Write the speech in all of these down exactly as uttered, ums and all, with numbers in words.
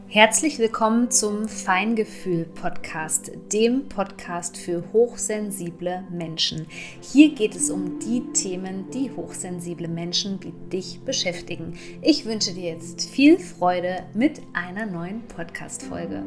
Herzlich willkommen zum Feingefühl-Podcast, dem Podcast für hochsensible Menschen. Hier geht es um die Themen, die hochsensible Menschen wie dich beschäftigen. Ich wünsche dir jetzt viel Freude mit einer neuen Podcast-Folge.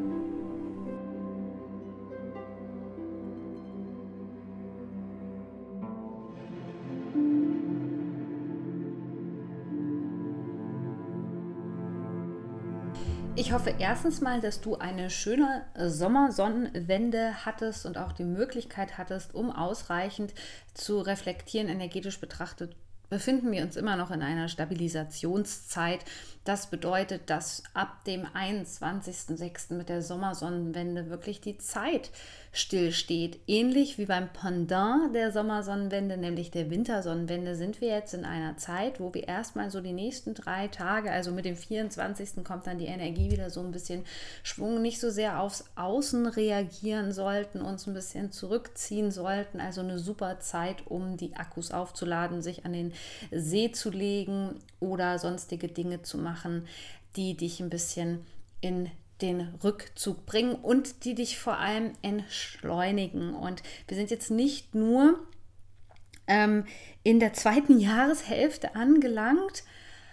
Ich hoffe erstens mal, dass du eine schöne Sommersonnenwende hattest und auch die Möglichkeit hattest, um ausreichend zu reflektieren, energetisch betrachtet. Befinden wir uns immer noch in einer Stabilisationszeit. Das bedeutet, dass ab dem einundzwanzigsten sechsten mit der Sommersonnenwende wirklich die Zeit stillsteht. Ähnlich wie beim Pendant der Sommersonnenwende, nämlich der Wintersonnenwende, sind wir jetzt in einer Zeit, wo wir erstmal so die nächsten drei Tage, also mit dem vierundzwanzigsten kommt dann die Energie wieder so ein bisschen Schwung, nicht so sehr aufs Außen reagieren sollten, uns ein bisschen zurückziehen sollten. Also eine super Zeit, um die Akkus aufzuladen, sich an den See zu legen oder sonstige Dinge zu machen, die dich ein bisschen in den Rückzug bringen und die dich vor allem entschleunigen. Und wir sind jetzt nicht nur ähm, in der zweiten Jahreshälfte angelangt,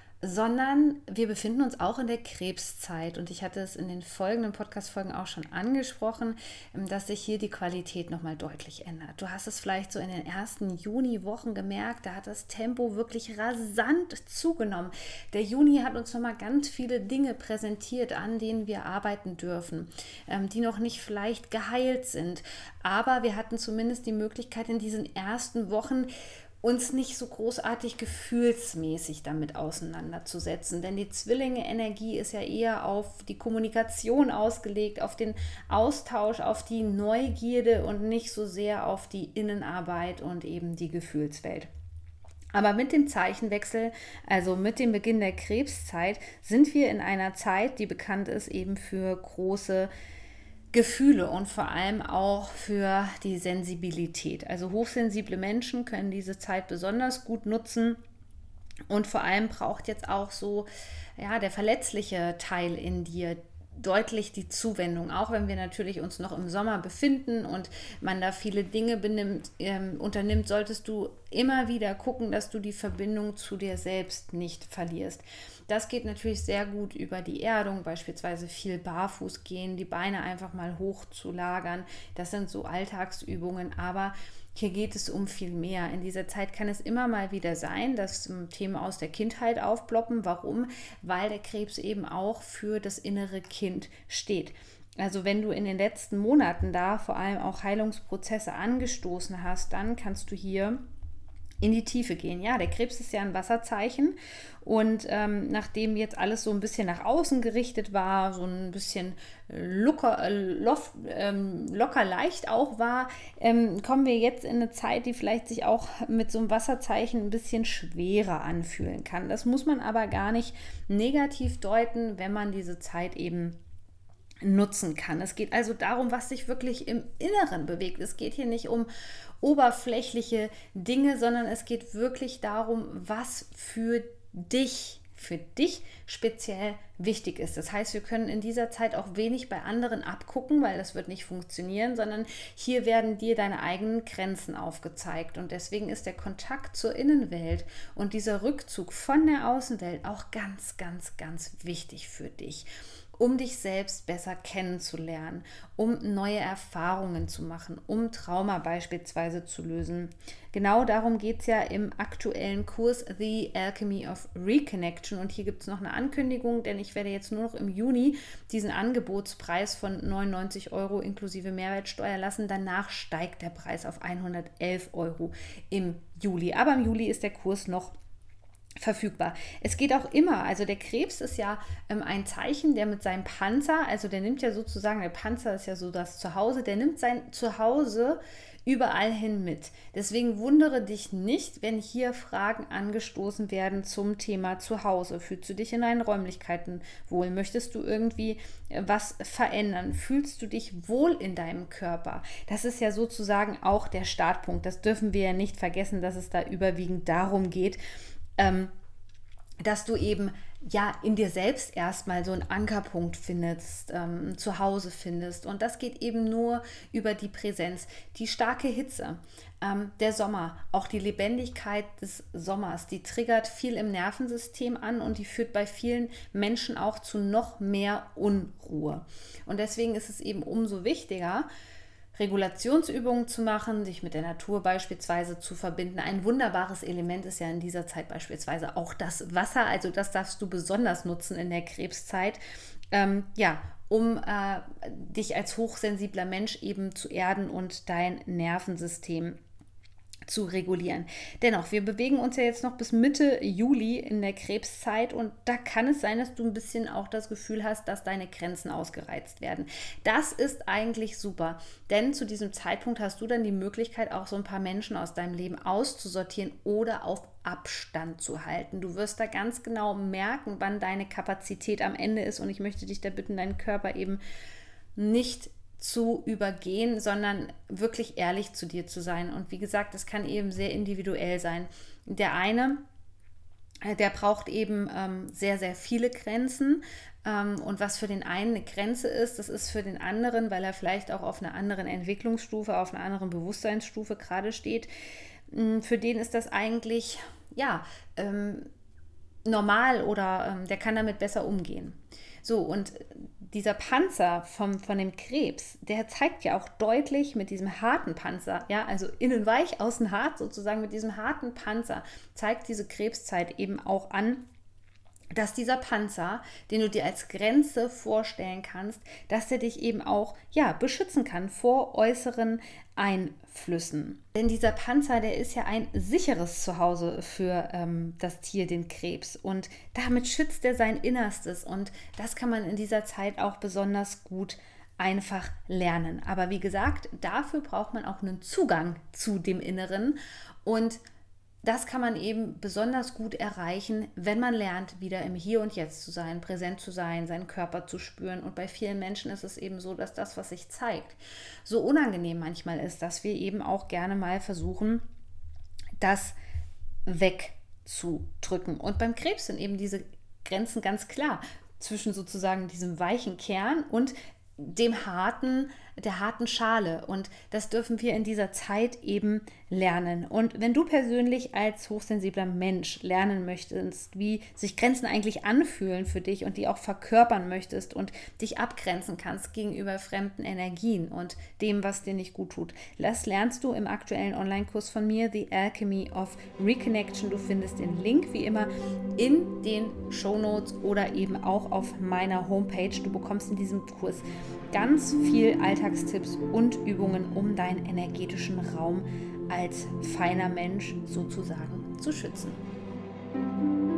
sondern wir befinden uns auch in der Krebszeit. Und ich hatte es in den folgenden Podcast-Folgen auch schon angesprochen, dass sich hier die Qualität nochmal deutlich ändert. Du hast es vielleicht so in den ersten Juni-Wochen gemerkt, da hat das Tempo wirklich rasant zugenommen. Der Juni hat uns nochmal ganz viele Dinge präsentiert, an denen wir arbeiten dürfen, die noch nicht vielleicht geheilt sind. Aber wir hatten zumindest die Möglichkeit in diesen ersten Wochen, uns nicht so großartig gefühlsmäßig damit auseinanderzusetzen. Denn die Zwillinge-Energie ist ja eher auf die Kommunikation ausgelegt, auf den Austausch, auf die Neugierde und nicht so sehr auf die Innenarbeit und eben die Gefühlswelt. Aber mit dem Zeichenwechsel, also mit dem Beginn der Krebszeit, sind wir in einer Zeit, die bekannt ist eben für große Gefühle und vor allem auch für die Sensibilität. Also hochsensible Menschen können diese Zeit besonders gut nutzen und vor allem braucht jetzt auch so ja, der verletzliche Teil in dir deutlich die Zuwendung, auch wenn wir natürlich uns noch im Sommer befinden und man da viele Dinge benimmt, ähm, unternimmt, solltest du immer wieder gucken, dass du die Verbindung zu dir selbst nicht verlierst. Das geht natürlich sehr gut über die Erdung, beispielsweise viel barfuß gehen, die Beine einfach mal hoch zu lagern. Das sind so Alltagsübungen, aber hier geht es um viel mehr. In dieser Zeit kann es immer mal wieder sein, dass Themen aus der Kindheit aufploppen. Warum? Weil der Krebs eben auch für das innere Kind steht. Also wenn du in den letzten Monaten da vor allem auch Heilungsprozesse angestoßen hast, dann kannst du hier in die Tiefe gehen. Ja, der Krebs ist ja ein Wasserzeichen und ähm, nachdem jetzt alles so ein bisschen nach außen gerichtet war, so ein bisschen locker, äh, lof, ähm, locker leicht auch war, ähm, kommen wir jetzt in eine Zeit, die vielleicht sich auch mit so einem Wasserzeichen ein bisschen schwerer anfühlen kann. Das muss man aber gar nicht negativ deuten, wenn man diese Zeit eben nutzen kann. Es geht also darum, was sich wirklich im Inneren bewegt. Es geht hier nicht um oberflächliche Dinge, sondern es geht wirklich darum, was für dich, für dich speziell wichtig ist. Das heißt, wir können in dieser Zeit auch wenig bei anderen abgucken, weil das wird nicht funktionieren, sondern hier werden dir deine eigenen Grenzen aufgezeigt. Und deswegen ist der Kontakt zur Innenwelt und dieser Rückzug von der Außenwelt auch ganz, ganz, ganz wichtig für dich, um dich selbst besser kennenzulernen, um neue Erfahrungen zu machen, um Trauma beispielsweise zu lösen. Genau darum geht es ja im aktuellen Kurs The Alchemy of Reconnection. Und hier gibt es noch eine Ankündigung, denn ich werde jetzt nur noch im Juni diesen Angebotspreis von neunundneunzig Euro inklusive Mehrwertsteuer lassen. Danach steigt der Preis auf hundertelf Euro im Juli. Aber im Juli ist der Kurs noch verfügbar. Es geht auch immer, also der Krebs ist ja ähm, ein Zeichen, der mit seinem Panzer, also der nimmt ja sozusagen, der Panzer ist ja so das Zuhause, der nimmt sein Zuhause überall hin mit. Deswegen wundere dich nicht, wenn hier Fragen angestoßen werden zum Thema Zuhause. Fühlst du dich in deinen Räumlichkeiten wohl? Möchtest du irgendwie was verändern? Fühlst du dich wohl in deinem Körper? Das ist ja sozusagen auch der Startpunkt. Das dürfen wir ja nicht vergessen, dass es da überwiegend darum geht, ähm, dass du eben ja, in dir selbst erstmal so einen Ankerpunkt findest, ähm, zu Hause findest. Und das geht eben nur über die Präsenz. Die starke Hitze, ähm, der Sommer, auch die Lebendigkeit des Sommers, die triggert viel im Nervensystem an und die führt bei vielen Menschen auch zu noch mehr Unruhe. Und deswegen ist es eben umso wichtiger, Regulationsübungen zu machen, sich mit der Natur beispielsweise zu verbinden. Ein wunderbares Element ist ja in dieser Zeit beispielsweise auch das Wasser, also das darfst du besonders nutzen in der Krebszeit, ähm, ja, um äh, dich als hochsensibler Mensch eben zu erden und dein Nervensystem zu regulieren. Dennoch, wir bewegen uns ja jetzt noch bis Mitte Juli in der Krebszeit und da kann es sein, dass du ein bisschen auch das Gefühl hast, dass deine Grenzen ausgereizt werden. Das ist eigentlich super, denn zu diesem Zeitpunkt hast du dann die Möglichkeit, auch so ein paar Menschen aus deinem Leben auszusortieren oder auf Abstand zu halten. Du wirst da ganz genau merken, wann deine Kapazität am Ende ist und ich möchte dich da bitten, deinen Körper eben nicht zu übergehen, sondern wirklich ehrlich zu dir zu sein. Und wie gesagt, das kann eben sehr individuell sein. Der eine, der braucht eben ähm, sehr, sehr viele Grenzen. Ähm, und was für den einen eine Grenze ist, das ist für den anderen, weil er vielleicht auch auf einer anderen Entwicklungsstufe, auf einer anderen Bewusstseinsstufe gerade steht, mh, für den ist das eigentlich, ja, ähm, normal oder ähm, der kann damit besser umgehen. So, und dieser Panzer vom, von dem Krebs, der zeigt ja auch deutlich mit diesem harten Panzer, ja, also innen weich, außen hart sozusagen, mit diesem harten Panzer zeigt diese Krebszeit eben auch an, dass dieser Panzer, den du dir als Grenze vorstellen kannst, dass der dich eben auch, ja, beschützen kann vor äußeren Einflüssen. Denn dieser Panzer, der ist ja ein sicheres Zuhause für ähm, das Tier, den Krebs. Und damit schützt er sein Innerstes. Und das kann man in dieser Zeit auch besonders gut einfach lernen. Aber wie gesagt, dafür braucht man auch einen Zugang zu dem Inneren. Und das kann man eben besonders gut erreichen, wenn man lernt, wieder im Hier und Jetzt zu sein, präsent zu sein, seinen Körper zu spüren. Und bei vielen Menschen ist es eben so, dass das, was sich zeigt, so unangenehm manchmal ist, dass wir eben auch gerne mal versuchen, das wegzudrücken. Und beim Krebs sind eben diese Grenzen ganz klar zwischen sozusagen diesem weichen Kern und dem harten, der harten Schale. Und das dürfen wir in dieser Zeit eben lernen. Und wenn du persönlich als hochsensibler Mensch lernen möchtest, wie sich Grenzen eigentlich anfühlen für dich und die auch verkörpern möchtest und dich abgrenzen kannst gegenüber fremden Energien und dem, was dir nicht gut tut, das lernst du im aktuellen Online-Kurs von mir, The Alchemy of Reconnection. Du findest den Link wie immer in den Shownotes oder eben auch auf meiner Homepage. Du bekommst in diesem Kurs ganz viel Alltagstipps und Übungen, um deinen energetischen Raum als feiner Mensch sozusagen zu schützen.